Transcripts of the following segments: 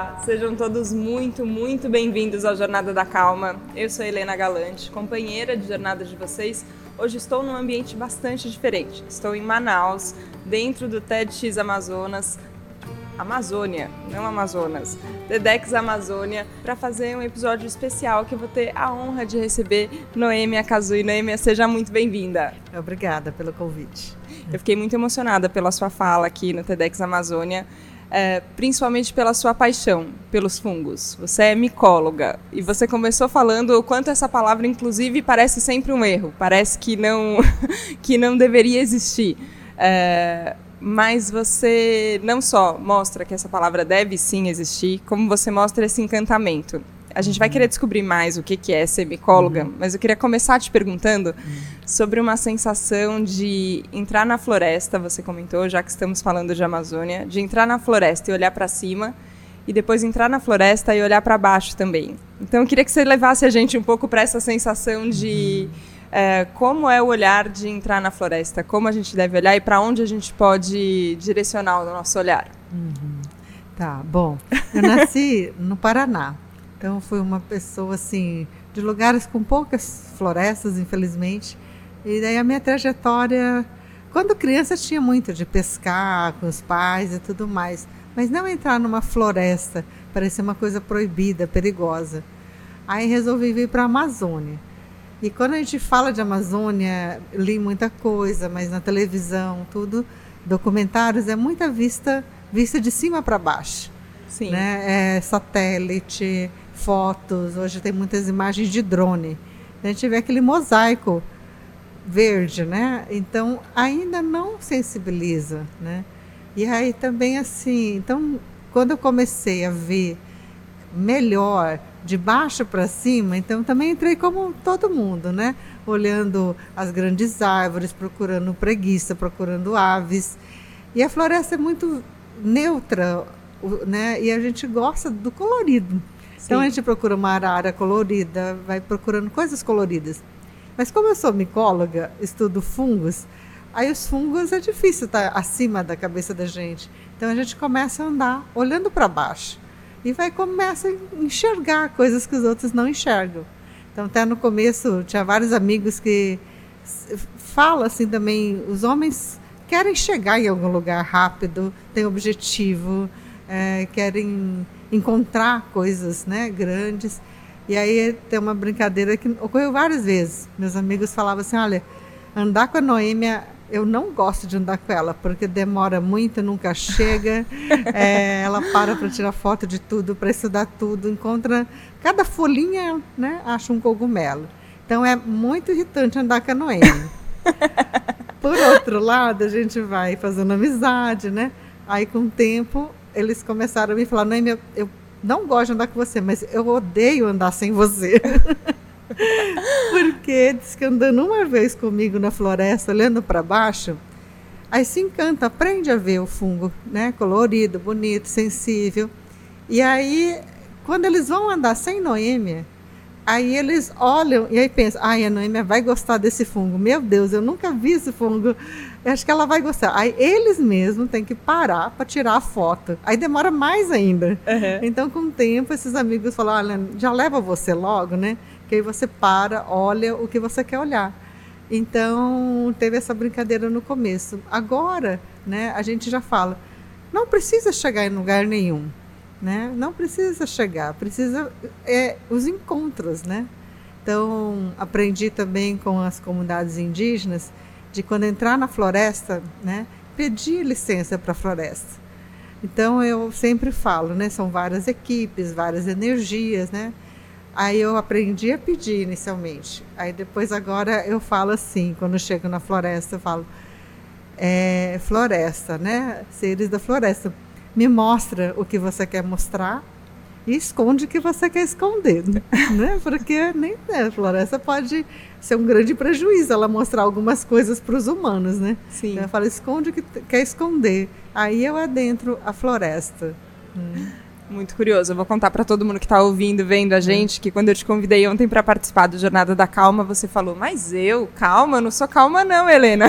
Olá, sejam todos muito, muito bem-vindos ao Jornada da Calma. Eu sou Helena Galante, companheira de jornada de vocês. Hoje estou num ambiente bastante diferente. Estou em Manaus, dentro do TEDx Amazonas, Amazônia, não Amazonas, TEDx Amazônia, para fazer um episódio especial que eu vou ter a honra de receber Noêmia Kazui. Noêmia, seja muito bem-vinda. Obrigada pelo convite. Eu fiquei muito emocionada pela sua fala aqui no TEDx Amazônia, principalmente pela sua paixão pelos fungos. Você é micóloga e você começou falando o quanto essa palavra, inclusive, parece sempre um erro, parece que não deveria existir. Mas você não só mostra que essa palavra deve sim existir, como você mostra esse encantamento. A gente vai querer descobrir mais o que é ser micóloga, mas eu queria começar te perguntando sobre uma sensação de entrar na floresta, você comentou, já que estamos falando de Amazônia, de entrar na floresta e olhar para cima, e depois entrar na floresta e olhar para baixo também. Então eu queria que você levasse a gente um pouco para essa sensação de como é o olhar de entrar na floresta, como a gente deve olhar e para onde a gente pode direcionar o nosso olhar. Tá, bom, eu nasci no Paraná. Então, fui uma pessoa, assim, de lugares com poucas florestas, infelizmente. E daí a minha trajetória, quando criança, tinha muito de pescar com os pais e tudo mais. Mas não entrar numa floresta, parecia uma coisa proibida, perigosa. Aí resolvi vir para a Amazônia. E quando a gente fala de Amazônia, li muita coisa, mas na televisão, tudo, documentários, é muita vista de cima para baixo. Sim. Né? Satélite, fotos, hoje tem muitas imagens de drone. A gente vê aquele mosaico verde, né? Então ainda não sensibiliza, né? E aí também assim, então quando eu comecei a ver melhor de baixo para cima, então também entrei como todo mundo, né? Olhando as grandes árvores, procurando preguiça, procurando aves. E a floresta é muito neutra, né? E a gente gosta do colorido. Sim. Então a gente procura uma arara colorida, vai procurando coisas coloridas. Mas como eu sou micóloga, estudo fungos, aí os fungos é difícil estar acima da cabeça da gente. Então a gente começa a andar olhando para baixo e começa a enxergar coisas que os outros não enxergam. Então até no começo tinha vários amigos que falam assim também, os homens querem chegar em algum lugar rápido, têm objetivo, querem encontrar coisas, né, grandes. E aí tem uma brincadeira que ocorreu várias vezes. Meus amigos falavam assim, olha, andar com a Noêmia, eu não gosto de andar com ela, porque demora muito, nunca chega. Ela para tirar foto de tudo, para estudar tudo, encontra cada folhinha, né, acha um cogumelo. Então é muito irritante andar com a Noêmia. Por outro lado, a gente vai fazendo amizade, né? Aí com o tempo eles começaram a me falar, Noêmia, eu não gosto de andar com você, mas eu odeio andar sem você. Porque diz que andando uma vez comigo na floresta, olhando para baixo, aí se encanta, aprende a ver o fungo, né? Colorido, bonito, sensível. E aí, quando eles vão andar sem Noêmia, aí eles olham e aí pensam, a Noêmia vai gostar desse fungo. Meu Deus, eu nunca vi esse fungo. Eu acho que ela vai gostar. Aí eles mesmos têm que parar para tirar a foto. Aí demora mais ainda. Então, com o tempo, esses amigos falam, olha, já leva você logo, né? Que aí você para, olha o que você quer olhar. Então, teve essa brincadeira no começo. Agora, né, a gente já fala, não precisa chegar em lugar nenhum. Né? Não precisa chegar, precisa os encontros, né? Então, aprendi também com as comunidades indígenas de quando entrar na floresta, né, pedir licença para a floresta. Então, eu sempre falo, né, são várias equipes, várias energias, né? Aí eu aprendi a pedir inicialmente. Aí depois agora eu falo assim, quando eu chego na floresta, eu falo, floresta, né? Seres da floresta. Me mostra o que você quer mostrar e esconde o que você quer esconder, né? Porque a floresta pode ser um grande prejuízo ela mostrar algumas coisas para os humanos, né? Sim. Então eu falo, esconde o que quer esconder. Aí eu adentro a floresta. Muito curioso. Eu vou contar para todo mundo que está ouvindo, vendo a gente, que quando eu te convidei ontem para participar do Jornada da Calma, você falou, mas calma, eu não sou calma não, Helena.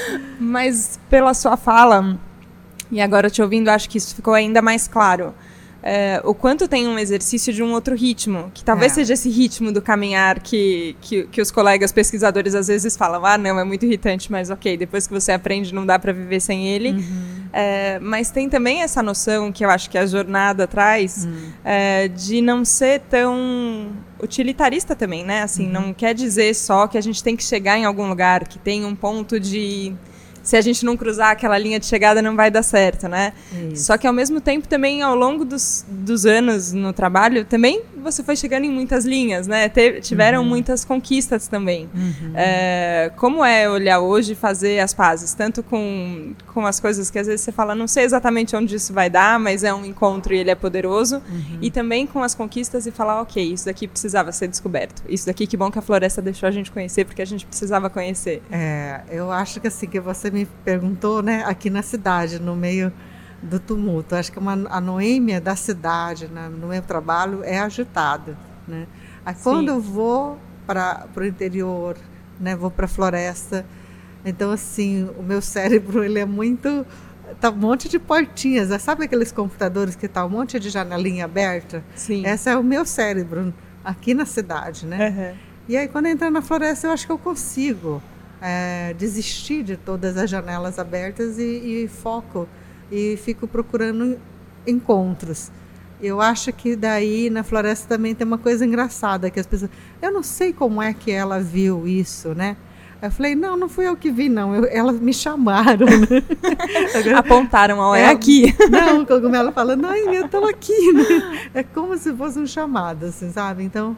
Mas pela sua fala, e agora te ouvindo, acho que isso ficou ainda mais claro. o quanto tem um exercício de um outro ritmo, que talvez seja esse ritmo do caminhar que os colegas pesquisadores às vezes falam, não, é muito irritante, mas ok, depois que você aprende não dá para viver sem ele. Mas tem também essa noção que eu acho que a jornada traz de não ser tão utilitarista também, né? Assim, não quer dizer só que a gente tem que chegar em algum lugar, que tem um ponto de... Se a gente não cruzar aquela linha de chegada, não vai dar certo, né? Isso. Só que, ao mesmo tempo, também, ao longo dos anos no trabalho, também você foi chegando em muitas linhas, né? Tiveram muitas conquistas também. Como é olhar hoje e fazer as pazes? Tanto com as coisas que, às vezes, você fala, não sei exatamente onde isso vai dar, mas é um encontro e ele é poderoso. E também com as conquistas e falar, ok, isso daqui precisava ser descoberto. Isso daqui, que bom que a floresta deixou a gente conhecer, porque a gente precisava conhecer. Eu acho que, assim, que você me perguntou, né, aqui na cidade, no meio do tumulto. Acho que a Noêmia da cidade, né, no meu trabalho, é agitada, né? Aí, quando eu vou para o interior, né, vou para a floresta, então, assim, o meu cérebro, ele é muito... Tá um monte de portinhas, sabe aqueles computadores que tá um monte de janelinha aberta? Sim. Esse é o meu cérebro aqui na cidade, né? E aí, quando eu entro na floresta, eu acho que eu consigo desistir de todas as janelas abertas e foco e fico procurando encontros. Eu acho que daí na floresta também tem uma coisa engraçada, que as pessoas... Eu não sei como é que ela viu isso, né? Eu falei, não fui eu que vi, não. Elas me chamaram. Né? Apontaram, é aqui. Não, o cogumelo falando, eu estou aqui. Né? É como se fosse um chamado, assim, sabe? Então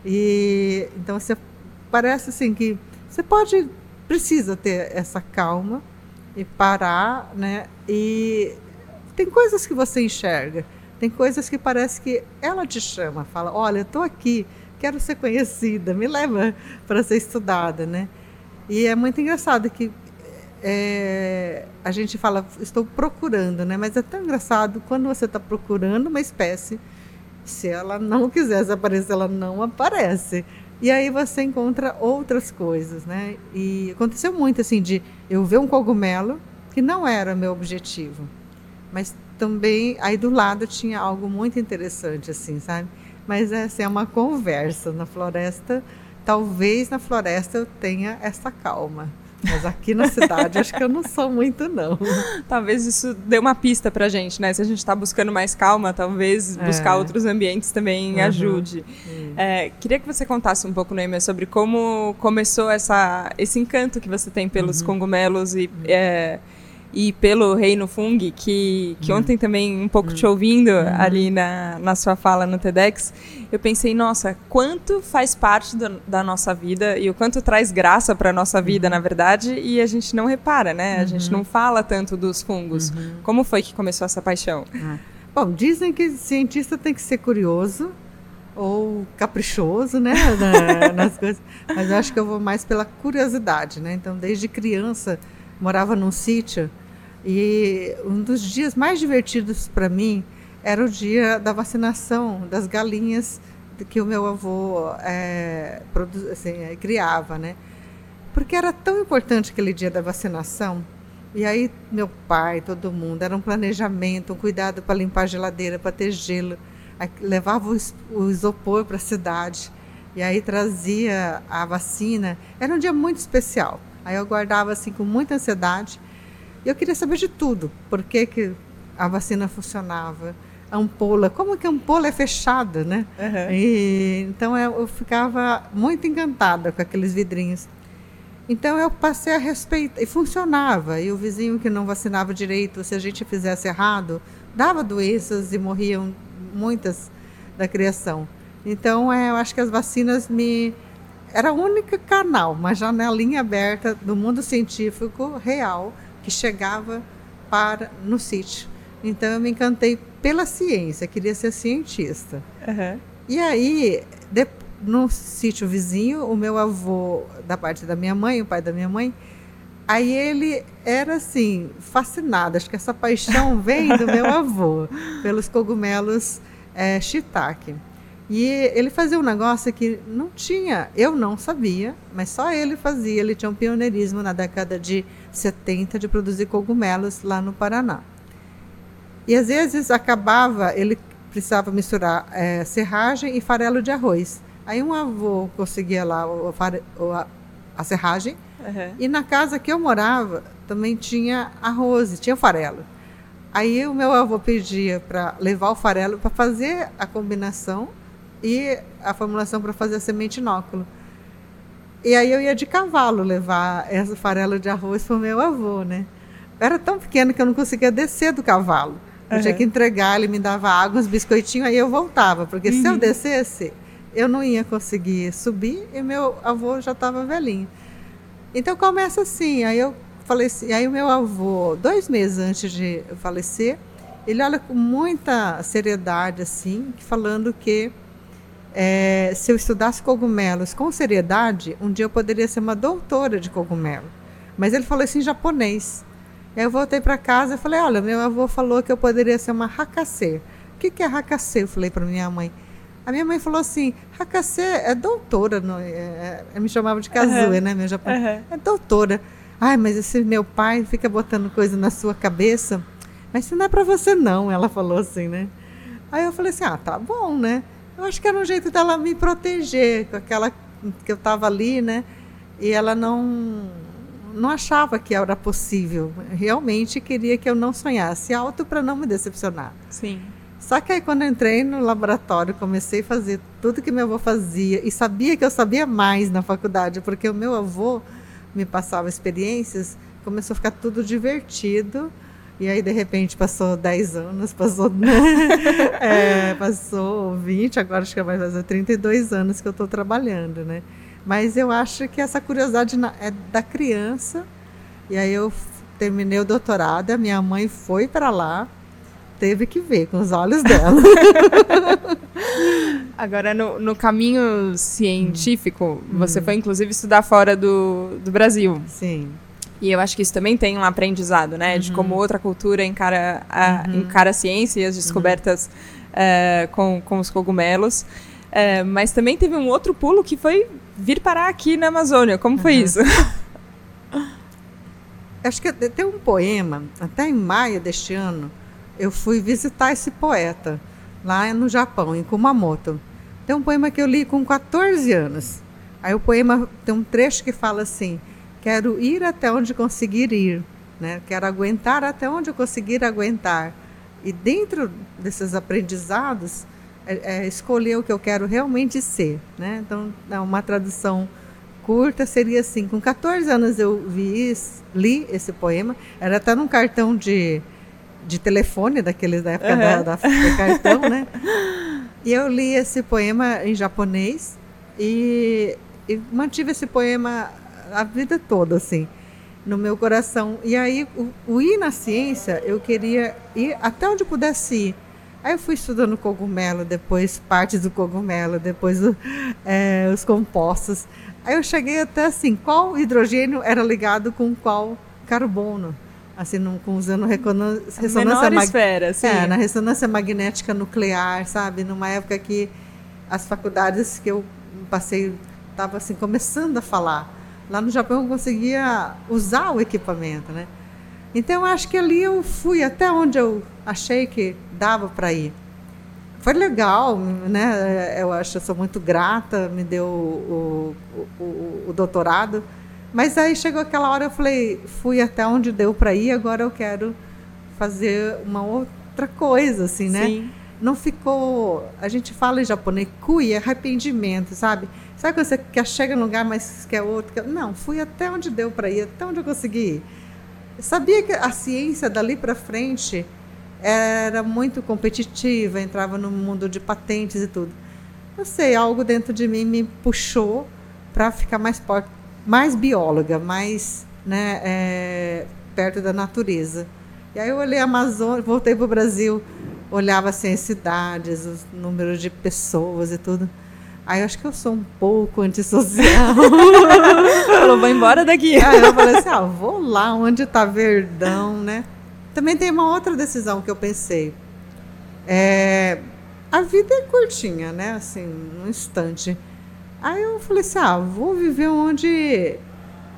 você parece assim que você precisa ter essa calma e parar, né? E tem coisas que você enxerga, tem coisas que parece que ela te chama, fala, olha, eu estou aqui, quero ser conhecida, me leva para ser estudada, né? E é muito engraçado que a gente fala, estou procurando, né? Mas é tão engraçado quando você está procurando uma espécie, se ela não quiser aparecer, ela não aparece. E aí você encontra outras coisas, né? E aconteceu muito, assim, de eu ver um cogumelo que não era meu objetivo, mas também aí do lado tinha algo muito interessante, assim, sabe? Mas assim, é uma conversa na floresta. Talvez na floresta eu tenha essa calma. Mas aqui na cidade acho que eu não sou muito, não. Talvez isso dê uma pista pra gente, né? Se a gente está buscando mais calma, talvez buscar outros ambientes também ajude. Queria que você contasse um pouco, Noêmia, sobre como começou esse encanto que você tem pelos cogumelos e pelo reino Fung, que ontem também, um pouco te ouvindo ali na sua fala no TEDx, eu pensei, nossa, quanto faz parte da nossa vida e o quanto traz graça para a nossa vida, na verdade, e a gente não repara, né? A gente não fala tanto dos fungos. Como foi que começou essa paixão? Bom, dizem que cientista tem que ser curioso ou caprichoso, né, nas coisas, mas eu acho que eu vou mais pela curiosidade, né? Então, desde criança, morava num sítio e um dos dias mais divertidos para mim era o dia da vacinação das galinhas que o meu avô criava, né? Porque era tão importante aquele dia da vacinação. E aí meu pai, todo mundo, era um planejamento, um cuidado para limpar a geladeira, para ter gelo. Aí levava o isopor para a cidade e aí trazia a vacina. Era um dia muito especial. Aí eu guardava assim com muita ansiedade. E eu queria saber de tudo. Por que a vacina funcionava? A ampola, como que a ampola é fechada, né? Então eu ficava muito encantada com aqueles vidrinhos. Então eu passei a respeitar, e funcionava. E o vizinho que não vacinava direito, se a gente fizesse errado, dava doenças e morriam muitas da criação. Então eu acho que as vacinas era o único canal, uma janelinha aberta do mundo científico real que chegava no sítio. Então eu me encantei pela ciência, queria ser cientista. E aí, no sítio vizinho, o meu avô, da parte da minha mãe, o pai da minha mãe, aí ele era assim, fascinado, acho que essa paixão vem do meu avô, pelos cogumelos shiitake. E ele fazia um negócio que não tinha, eu não sabia, mas só ele fazia, ele tinha um pioneirismo na década de 70 de produzir cogumelos lá no Paraná. E às vezes acabava, ele precisava misturar serragem e farelo de arroz. Aí um avô conseguia lá a serragem, e na casa que eu morava também tinha arroz, tinha farelo. Aí o meu avô pedia para levar o farelo para fazer a combinação e a formulação para fazer a semente inóculo. E aí eu ia de cavalo levar esse farelo de arroz para o meu avô, né? Eu era tão pequeno que eu não conseguia descer do cavalo. Eu tinha que entregar, ele me dava água, uns biscoitinhos, aí eu voltava. Porque se eu descesse, eu não ia conseguir subir e meu avô já estava velhinho. Então começa assim, aí eu faleci, aí o meu avô, 2 meses antes de falecer, ele olha com muita seriedade, assim, falando que se eu estudasse cogumelos com seriedade, um dia eu poderia ser uma doutora de cogumelo. Mas ele falou isso em japonês. Aí eu voltei para casa e falei, olha, meu avô falou que eu poderia ser uma hakase. O que é hakase? Eu falei para minha mãe. A minha mãe falou assim, hakase é doutora. Me chamava de Kazue, né, meu japonês. É doutora. Ai, mas esse meu pai fica botando coisa na sua cabeça. Mas isso não é para você não, ela falou assim, né. Aí eu falei assim, tá bom, né. Eu acho que era um jeito dela me proteger, com aquela que eu estava ali, né. E ela não achava que era possível. Realmente queria que eu não sonhasse alto para não me decepcionar. Sim. Só que aí quando eu entrei no laboratório, comecei a fazer tudo que meu avô fazia e sabia que eu sabia mais na faculdade, porque o meu avô me passava experiências, começou a ficar tudo divertido. E aí, de repente, passou 10 anos, passou 20, agora acho que vai fazer 32 anos que eu estou trabalhando, né? Mas eu acho que essa curiosidade é da criança. E aí eu terminei o doutorado, a minha mãe foi para lá, teve que ver com os olhos dela. Agora, no caminho científico, você foi inclusive estudar fora do Brasil. Sim. E eu acho que isso também tem um aprendizado, né? De como outra cultura encara a ciência e as descobertas com os cogumelos. Mas também teve um outro pulo que foi vir parar aqui na Amazônia. Como foi isso? Acho que tem um poema, até em maio deste ano, eu fui visitar esse poeta lá no Japão, em Kumamoto. Tem um poema que eu li com 14 anos. Aí o poema tem um trecho que fala assim: quero ir até onde conseguir ir, né? Quero aguentar até onde eu conseguir aguentar. E dentro desses aprendizados, escolher o que eu quero realmente ser, né? Então, uma tradução curta seria assim: com 14 anos eu li esse poema, era até num cartão de telefone, daqueles da época do cartão, né? E eu li esse poema em japonês e mantive esse poema a vida toda, assim, no meu coração. E aí, o ir na ciência, eu queria ir até onde pudesse ir. Aí eu fui estudando cogumelo, depois partes do cogumelo, depois os compostos. Aí eu cheguei até assim, qual hidrogênio era ligado com qual carbono? Assim, usando ressonância esfera, sim. Na ressonância magnética nuclear, sabe? Numa época que as faculdades que eu passei estavam assim, começando a falar. Lá no Japão eu conseguia usar o equipamento, né? Então eu acho que ali eu fui até onde eu achei que dava para ir. Foi legal, né? Eu sou muito grata, me deu o doutorado. Mas aí chegou aquela hora, eu fui até onde deu para ir, agora eu quero fazer uma outra coisa, assim, né? Sim. Não ficou... A gente fala em japonês, kui é arrependimento, sabe? Sabe quando você chega num lugar, mas quer outro? Não, fui até onde deu para ir, até onde eu consegui ir. Eu sabia que a ciência dali para frente era muito competitiva, entrava no mundo de patentes e tudo. Não sei, algo dentro de mim me puxou para ficar mais bióloga, mais, né, perto da natureza. E aí eu olhei a Amazônia, voltei para o Brasil, olhava assim, as cidades, os números de pessoas e tudo. Aí eu acho que eu sou um pouco antissocial. Falou, vou embora daqui. Aí eu falei assim, vou lá onde está verdão, né? Também tem uma outra decisão que eu pensei. A vida é curtinha, né? Assim, num instante. Aí eu falei assim, vou viver onde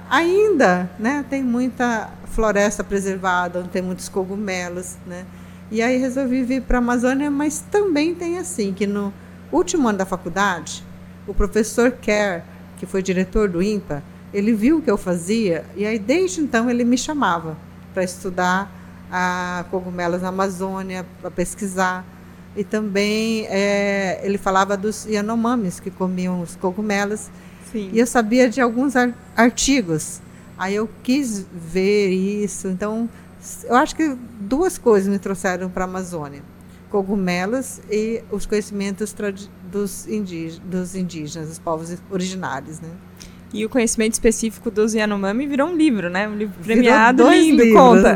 ainda, né, tem muita floresta preservada, onde tem muitos cogumelos, né? E aí resolvi vir para a Amazônia, mas também tem assim, que no último ano da faculdade, o professor Kerr, que foi diretor do INPA, ele viu o que eu fazia, e aí desde então ele me chamava para estudar cogumelos na Amazônia, para pesquisar. E também ele falava dos Yanomamis, que comiam os cogumelos. Sim. E eu sabia de alguns artigos. Aí eu quis ver isso. Então, eu acho que duas coisas me trouxeram para a Amazônia. Cogumelos e os conhecimentos dos indígenas, dos povos originários, né? E o conhecimento específico dos Yanomami virou um livro, né? Um livro premiado, lindo, livros, conta.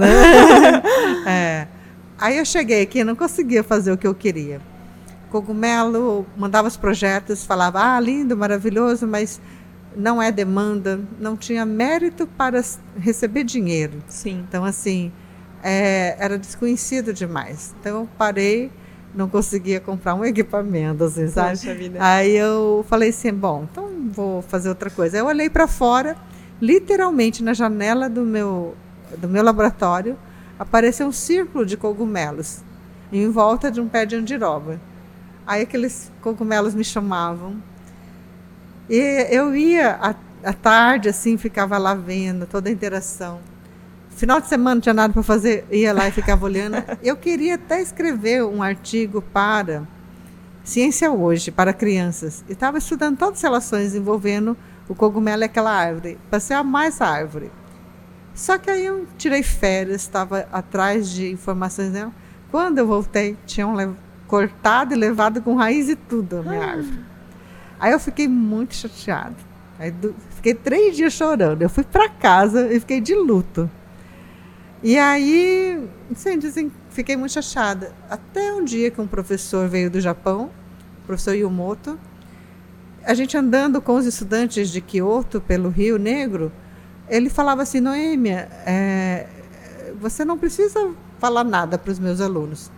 Né? Aí eu cheguei aqui e não conseguia fazer o que eu queria. Cogumelo, mandava os projetos, falava, lindo, maravilhoso, mas não é demanda, não tinha mérito para receber dinheiro. Sim. Então, assim, era desconhecido demais. Então, eu parei, não conseguia comprar um equipamento, assim, sabe? Poxa vida. Aí eu falei assim, bom, então vou fazer outra coisa. Eu olhei para fora, literalmente na janela do meu laboratório, apareceu um círculo de cogumelos em volta de um pé de andiroba. Aí aqueles cogumelos me chamavam. E eu ia à tarde, assim, ficava lá vendo toda a interação. Final de semana não tinha nada para fazer, ia lá e ficava olhando. Eu queria até escrever um artigo para Ciência Hoje, para crianças. E estava estudando todas as relações envolvendo o cogumelo e aquela árvore, para ser a mais árvore. Só que aí eu tirei férias, estava atrás de informações dela. Quando eu voltei, tinham cortado e levado com raiz e tudo a minha árvore. Aí eu fiquei muito chateada. Aí fiquei 3 dias chorando. Eu fui para casa e fiquei de luto. E aí, assim, fiquei muito chateada. Até um dia que um professor veio do Japão, o professor Yumoto, a gente andando com os estudantes de Kyoto pelo Rio Negro, ele falava assim, Noêmia, você não precisa falar nada para os meus alunos.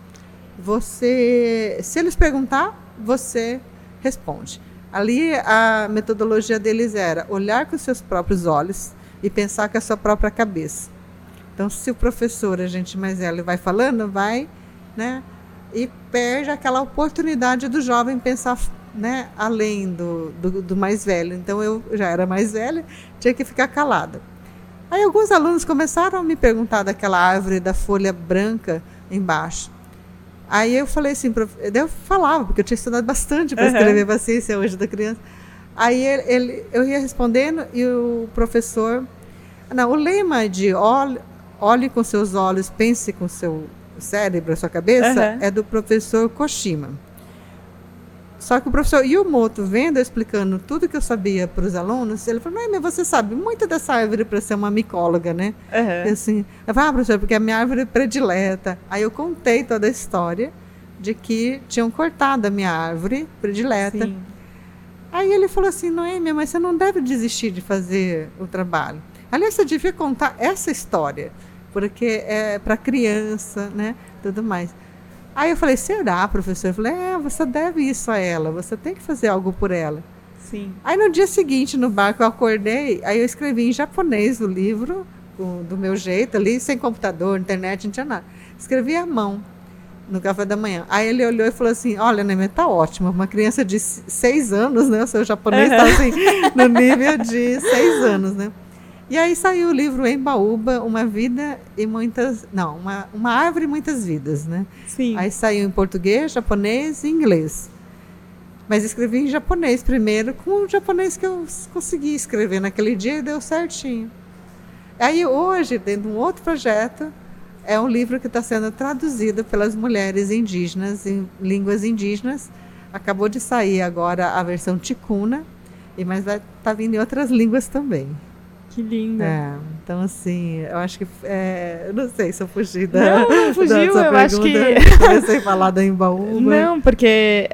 Se eles perguntar, você responde. Ali a metodologia deles era olhar com os seus próprios olhos e pensar com a sua própria cabeça. Então, se o professor, a gente mais velho, vai falando, vai, né, e perde aquela oportunidade do jovem pensar, né, além do mais velho. Então, eu já era mais velha, tinha que ficar calada. Aí, alguns alunos começaram a me perguntar daquela árvore da folha branca embaixo. Aí, eu falei assim, eu falava, porque eu tinha estudado bastante para escrever para a Ciência Hoje da criança. Aí, eu ia respondendo e o professor... Não, o lema de olhe com seus olhos, pense com seu cérebro, a sua cabeça, é do professor Koshima. Só que o professor Yumoto, vendo eu explicando tudo que eu sabia para os alunos, ele falou, mas você sabe muito dessa árvore para ser uma micóloga, né? E assim, eu falei, professor, porque é a minha árvore predileta. Aí eu contei toda a história de que tinham cortado a minha árvore predileta. Sim. Aí ele falou assim, Noêmia, mas você não deve desistir de fazer o trabalho. Aliás, você devia contar essa história, porque é para criança, né, tudo mais. Aí eu falei, será, professor? Eu falei, você deve isso a ela, você tem que fazer algo por ela. Sim. Aí no dia seguinte, no barco, eu acordei, aí eu escrevi em japonês o livro, do meu jeito ali, sem computador, internet, não tinha nada. Escrevi à mão, no café da manhã. Aí ele olhou e falou assim, olha, Noêmia, tá ótimo, uma criança de 6 anos, né, o seu japonês está assim, no nível de 6 anos, né. E aí saiu o livro Embaúba, uma árvore e muitas vidas, né? Sim. Aí saiu em português, japonês e inglês. Mas escrevi em japonês primeiro, com o japonês que eu consegui escrever naquele dia e deu certinho. Aí hoje, dentro de um outro projeto, é um livro que está sendo traduzido pelas mulheres indígenas, em línguas indígenas. Acabou de sair agora a versão ticuna, mas vai estar vindo em outras línguas também. Que lindo. Então, assim, eu acho que... eu não sei se eu fugi Não fugiu, eu acho que... Comecei a falar da Embaúba. Não, porque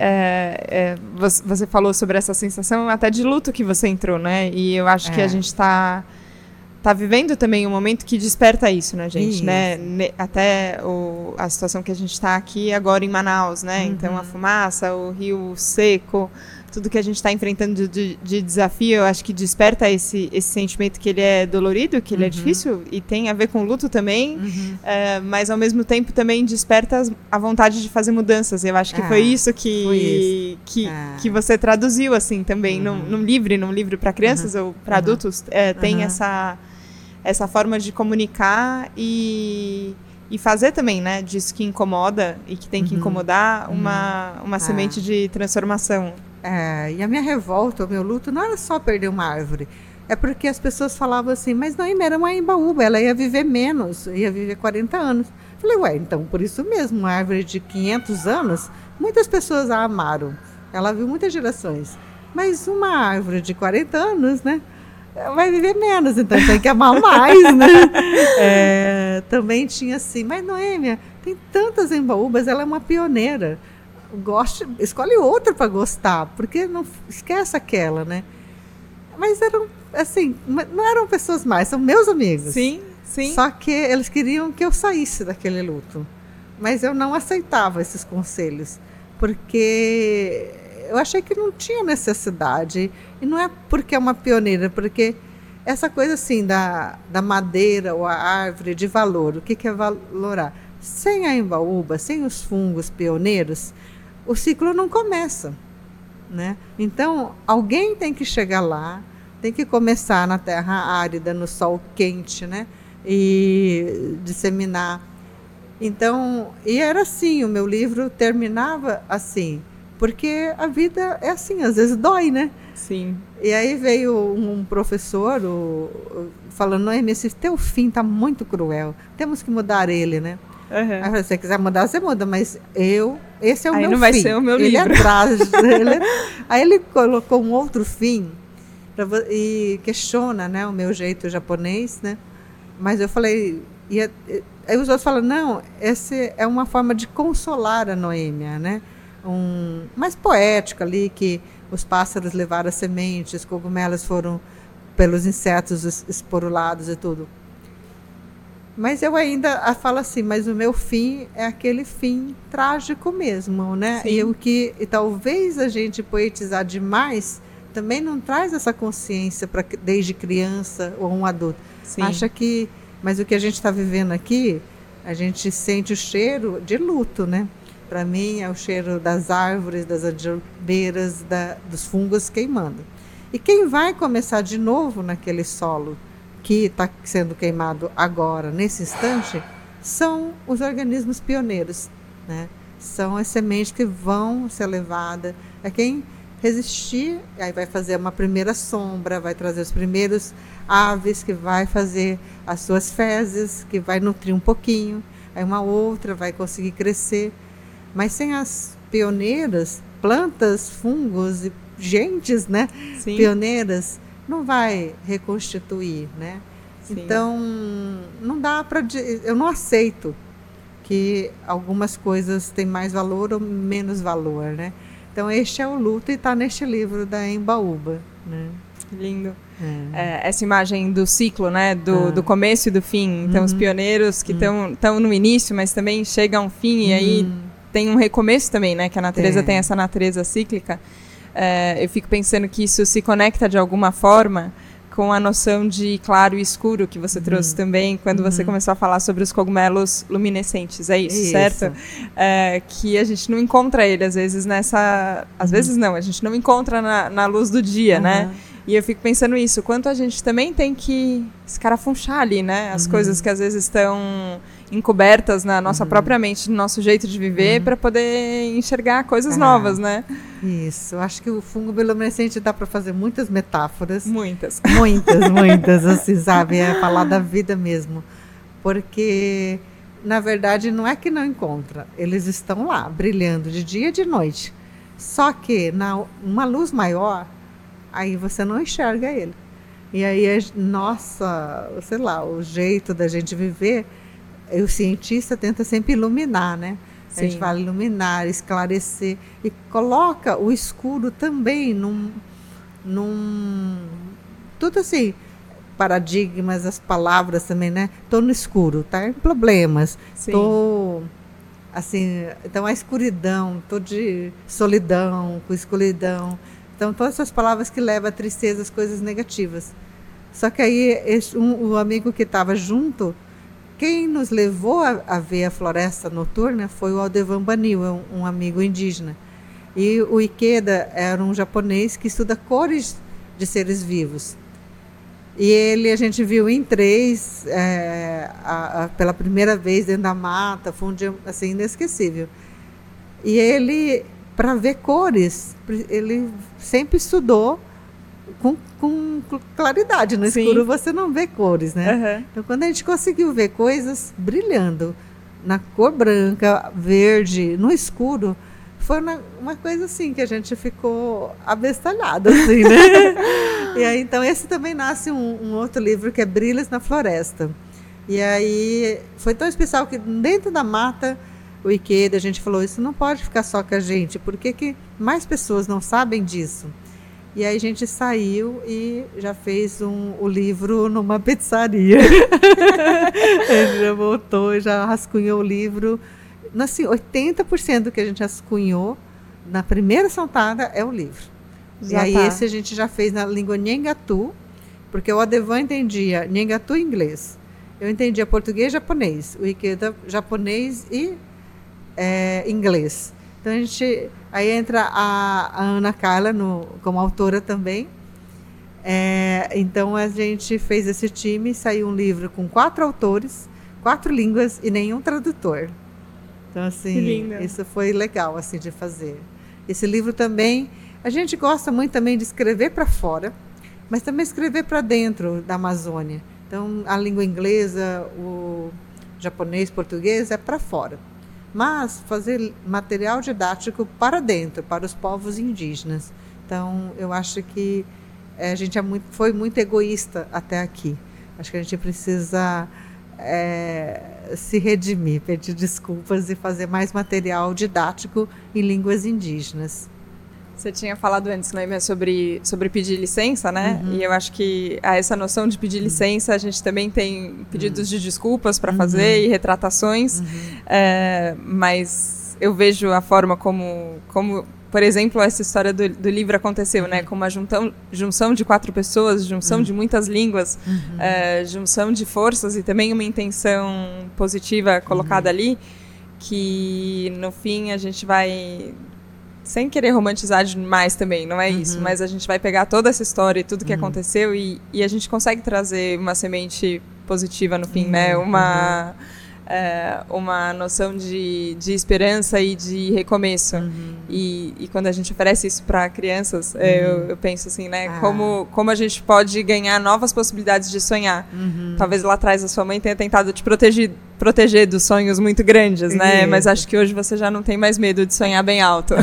você falou sobre essa sensação até de luto que você entrou, né? E eu acho que a gente tá vivendo também um momento que desperta isso, né, gente? Né? Até a situação que a gente está aqui agora em Manaus, né? Então, a fumaça, o rio seco... tudo que a gente está enfrentando de desafio, eu acho que desperta esse sentimento que ele é dolorido, que ele é difícil, e tem a ver com luto também, mas ao mesmo tempo também desperta a vontade de fazer mudanças. Eu acho que foi isso que você traduziu, assim, também, num livro para crianças ou para adultos, tem essa forma de comunicar e fazer também, né, disso que incomoda e que tem que incomodar uma semente de transformação. E a minha revolta, o meu luto, não era só perder uma árvore. É porque as pessoas falavam assim, mas Noemi era uma embaúba, ela ia viver menos, ia viver 40 anos. Falei, então por isso mesmo, uma árvore de 500 anos, muitas pessoas a amaram. Ela viu muitas gerações. Mas uma árvore de 40 anos, né, vai viver menos, então tem que amar mais, né? Também tinha assim, mas Noemi, tem tantas embaúbas, ela é uma pioneira. Escolhe outra para gostar, porque não esquece aquela, né? Mas eram, assim, não eram pessoas mais, são meus amigos. Sim. Só que eles queriam que eu saísse daquele luto. Mas eu não aceitava esses conselhos, porque eu achei que não tinha necessidade. E não é porque é uma pioneira, porque essa coisa assim da madeira ou a árvore de valor, o que é valorar? Sem a embaúba, sem os fungos pioneiros, o ciclo não começa, né? Então, alguém tem que chegar lá, tem que começar na terra árida, no sol quente, né? E disseminar. Então, e era assim, o meu livro terminava assim, porque a vida é assim, às vezes dói, né? Sim. E aí veio um professor falando, Noemi, esse teu fim está muito cruel, temos que mudar ele, né? Aí eu falei, se você quiser mudar, você muda, mas esse é o meu fim. Aí não vai ser o meu livro. Ele é trágico. Aí ele colocou um outro fim e questiona, né, o meu jeito japonês, né? Mas eu falei, aí os outros falam, não, essa é uma forma de consolar a Noêmia, né? Mais poético ali, que os pássaros levaram as sementes, os cogumelos foram pelos insetos esporulados e tudo. Mas eu ainda falo assim, mas o meu fim é aquele fim trágico mesmo, né? E talvez a gente poetizar demais também não traz essa consciência desde criança ou um adulto. Sim. Mas o que a gente está vivendo aqui, a gente sente o cheiro de luto, né? Para mim é o cheiro das árvores, das anjobeiras, dos fungos queimando. E quem vai começar de novo naquele solo que está sendo queimado agora, nesse instante, são os organismos pioneiros, né? São as sementes que vão ser levadas. É quem resistir, aí vai fazer uma primeira sombra, vai trazer os primeiros aves, que vai fazer as suas fezes, que vai nutrir um pouquinho, aí uma outra vai conseguir crescer. Mas sem as pioneiras, plantas, fungos e gentes, né? Sim. Pioneiras, não vai reconstituir, né? Sim. Então, não dá para... Eu não aceito que algumas coisas têm mais valor ou menos valor, né? Então, este é o luto e está neste livro da Embaúba, né? Lindo. Essa imagem do ciclo, né? Do começo e do fim. Então, os pioneiros que estão no início, mas também chegam a um fim e aí tem um recomeço também, né? Que a natureza tem essa natureza cíclica. Eu fico pensando que isso se conecta de alguma forma com a noção de claro e escuro que você trouxe também quando você começou a falar sobre os cogumelos luminescentes, é isso. Certo? Que a gente não encontra ele às vezes às vezes não, a gente não encontra na luz do dia, né? E eu fico pensando isso, quanto a gente também tem que escarafunchar ali, né? As coisas que às vezes estão encobertas na nossa própria mente, no nosso jeito de viver, para poder enxergar coisas novas, né? Isso, eu acho que o fungo bioluminescente dá para fazer muitas metáforas. Muitas, assim, sabe? É falar da vida mesmo. Porque, na verdade, não é que não encontra. Eles estão lá, brilhando de dia e de noite. Só que, uma luz maior, aí você não enxerga ele. E aí, nossa, sei lá, o jeito da gente viver, o cientista tenta sempre iluminar, né? Sim. A gente vai iluminar, esclarecer e coloca o escuro também tudo assim, paradigmas, as palavras também, né? Tô no escuro, tá em problemas. Sim. Tô assim, então a escuridão, tô de solidão, com escuridão, Então, todas essas palavras que levam a tristeza, as coisas negativas. Só que aí, o amigo que estava junto, quem nos levou a ver a floresta noturna foi o Aldevan Banil, um amigo indígena. E o Ikeda era um japonês que estuda cores de seres vivos. E a gente viu em 3, pela primeira vez dentro da mata, foi um dia assim, inesquecível. E ele, para ver cores, ele sempre estudou com claridade. No escuro você não vê cores, né? Uhum. Então, quando a gente conseguiu ver coisas brilhando na cor branca, verde, no escuro, foi uma coisa assim que a gente ficou abestalhado, assim, né? E aí, então, esse também nasce um outro livro que é Brilhos na Floresta. E aí, foi tão especial que dentro da mata, o Ikeda, a gente falou, isso não pode ficar só com a gente, porque que mais pessoas não sabem disso? E aí a gente saiu e já fez o livro numa pizzaria. A gente já voltou, já rascunhou o livro. Assim, 80% do que a gente rascunhou na primeira sentada é o livro. Já e aí esse a gente já fez na língua Nhengatu, porque o Aldevan entendia Nhengatu em inglês. Eu entendia português e japonês. O Ikeda japonês e inglês. Então aí entra a Ana Carla como autora também. Então a gente fez esse time, saiu um livro com 4 autores, 4 línguas e nenhum tradutor. Então assim, isso foi legal assim de fazer. Esse livro também, a gente gosta muito também de escrever para fora, mas também escrever para dentro da Amazônia. Então a língua inglesa, o japonês, português é para fora. Mas fazer material didático para dentro, para os povos indígenas. Então, eu acho que a gente foi muito egoísta até aqui. Acho que a gente precisa se redimir, pedir desculpas e fazer mais material didático em línguas indígenas. Você tinha falado antes, Noêmia, sobre pedir licença, né? Uhum. E eu acho que essa noção de pedir licença, a gente também tem pedidos de desculpas para fazer e retratações, mas eu vejo a forma como por exemplo, essa história do livro aconteceu, né? Com uma junção de 4 pessoas, junção de muitas línguas, junção de forças e também uma intenção positiva colocada ali, que no fim a gente vai... Sem querer romantizar demais também, não é isso, mas a gente vai pegar toda essa história e tudo que aconteceu e a gente consegue trazer uma semente positiva no fim, né? Uma noção de esperança e de recomeço. E quando a gente oferece isso para crianças, eu penso assim, né? Como a gente pode ganhar novas possibilidades de sonhar. Talvez lá atrás a sua mãe tenha tentado te proteger dos sonhos muito grandes, né? Mas acho que hoje você já não tem mais medo de sonhar bem alto.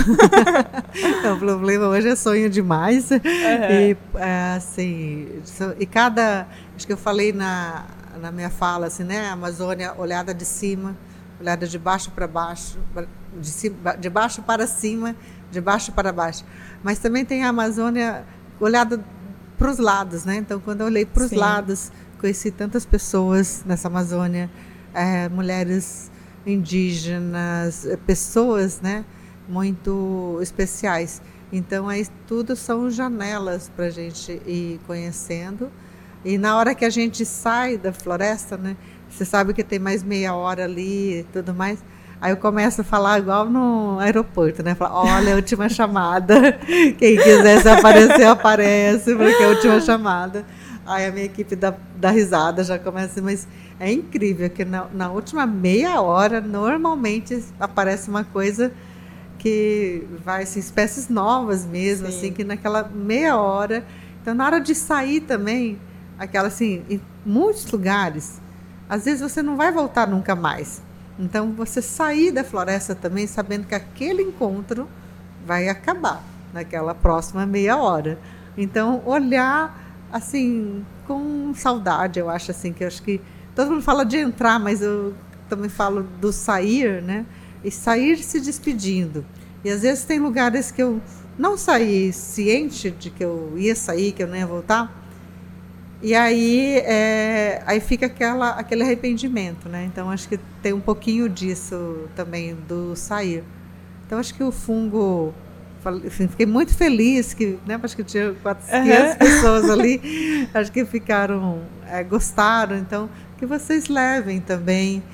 O problema hoje é sonho demais. E assim, acho que eu falei na minha fala, assim, né? A Amazônia olhada de cima, olhada de baixo para baixo, de baixo para cima, de baixo para baixo. Mas também tem a Amazônia olhada para os lados, né? Então, quando eu olhei para os lados, conheci tantas pessoas nessa Amazônia, mulheres indígenas, pessoas, né? Muito especiais. Então, aí tudo são janelas para a gente ir conhecendo. E na hora que a gente sai da floresta, né? Você sabe que tem mais meia hora ali e tudo mais. Aí eu começo a falar igual no aeroporto, né? Falar, olha, a última chamada. Quem quiser se aparecer, aparece, porque é a última chamada. Aí a minha equipe dá risada, já começa, mas é incrível que na última meia hora, normalmente aparece uma coisa que vai, assim, espécies novas mesmo, assim, que naquela meia hora. Então, na hora de sair também, aquela assim, em muitos lugares, às vezes você não vai voltar nunca mais. Então, você sair da floresta também, sabendo que aquele encontro vai acabar naquela próxima meia hora. Então, olhar, assim, com saudade, eu acho, assim, que eu acho que todo mundo fala de entrar, mas eu também falo do sair, né? E sair se despedindo. E, às vezes, tem lugares que eu não saí ciente de que eu ia sair, que eu não ia voltar. E aí fica aquele arrependimento, né? Então, acho que tem um pouquinho disso também, do sair. Então, acho que o fungo Assim, fiquei muito feliz que, né, acho que tinha 400 pessoas ali, acho que gostaram, então que vocês levem também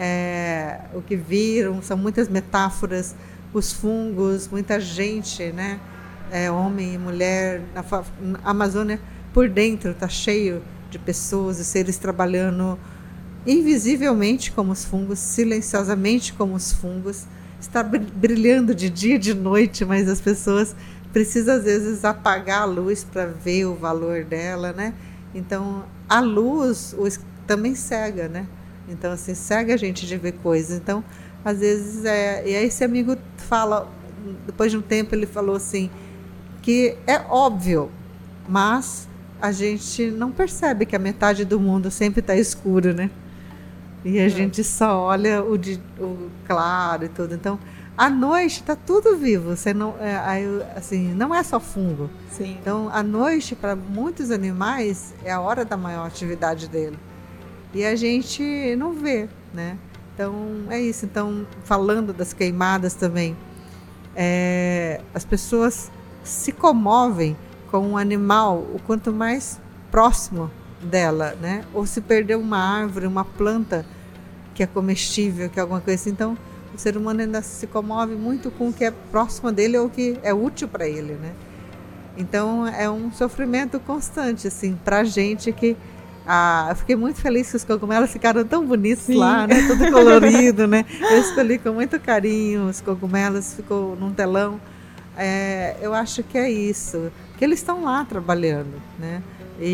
o que viram, são muitas metáforas, os fungos, muita gente, né, homem e mulher, a Amazônia por dentro está cheio de pessoas e seres trabalhando invisivelmente como os fungos, silenciosamente como os fungos, está brilhando de dia e de noite, mas as pessoas precisam às vezes apagar a luz para ver o valor dela, né? Então a luz também cega, né? Então assim, cega a gente de ver coisas. Então às vezes e aí esse amigo fala, depois de um tempo ele falou assim, que é óbvio, mas a gente não percebe que a metade do mundo sempre está escuro, né? E a gente só olha o claro e tudo. Então, à noite está tudo vivo. Você não, assim, não é só fungo. Sim. Então, à noite, para muitos animais, é a hora da maior atividade dele. E a gente não vê, né? Então, é isso. Então, falando das queimadas também, as pessoas se comovem com um animal o quanto mais próximo dela, né? Ou se perder uma árvore, uma planta que é comestível, que é alguma coisa assim. Então, o ser humano ainda se comove muito com o que é próximo dele ou o que é útil para ele, né? Então, é um sofrimento constante, assim, para a gente que... eu fiquei muito feliz que os cogumelos ficaram tão bonitos. Sim. Lá, né? Tudo colorido, né? Eu escolhi com muito carinho os cogumelos, ficou num telão. Eu acho que é isso, que eles estão lá trabalhando, né?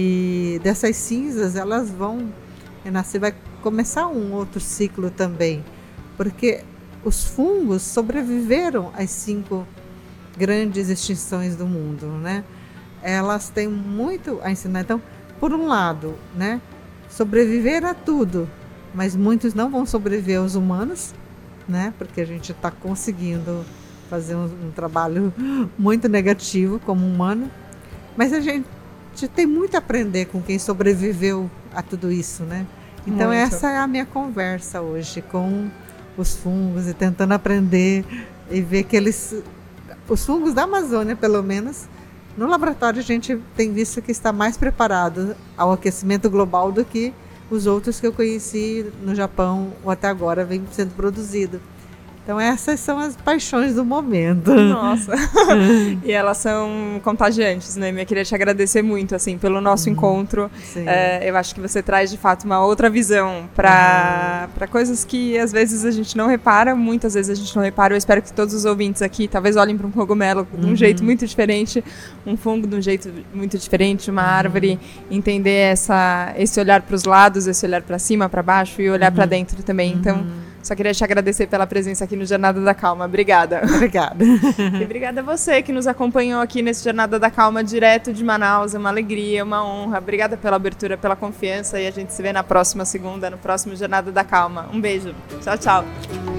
E dessas cinzas elas vão renascer, vai começar um outro ciclo também, porque os fungos sobreviveram às 5 grandes extinções do mundo, né? Elas têm muito a ensinar. Então, por um lado, né, sobreviver a tudo, mas muitos não vão sobreviver aos humanos, né? Porque a gente está conseguindo fazer um trabalho muito negativo como humano, mas a gente tem muito a aprender com quem sobreviveu a tudo isso, né? Então muito. Essa é a minha conversa hoje com os fungos e tentando aprender e ver que os fungos da Amazônia, pelo menos, no laboratório a gente tem visto que está mais preparado ao aquecimento global do que os outros que eu conheci no Japão ou até agora vem sendo produzido. Então essas são as paixões do momento. Nossa, e elas são contagiantes, né? Eu queria te agradecer muito, assim, pelo nosso encontro. Eu acho que você traz, de fato, uma outra visão para coisas que, às vezes, a gente não repara, muitas vezes a gente não repara. Eu espero que todos os ouvintes aqui, talvez olhem para um cogumelo de um jeito muito diferente, um fungo de um jeito muito diferente, uma árvore, entender esse olhar para os lados, esse olhar para cima, para baixo e olhar para dentro também. Então, só queria te agradecer pela presença aqui no Jornada da Calma. Obrigada. Obrigada. E obrigada a você que nos acompanhou aqui nesse Jornada da Calma, direto de Manaus. É uma alegria, uma honra. Obrigada pela abertura, pela confiança. E a gente se vê na próxima segunda, no próximo Jornada da Calma. Um beijo. Tchau, tchau.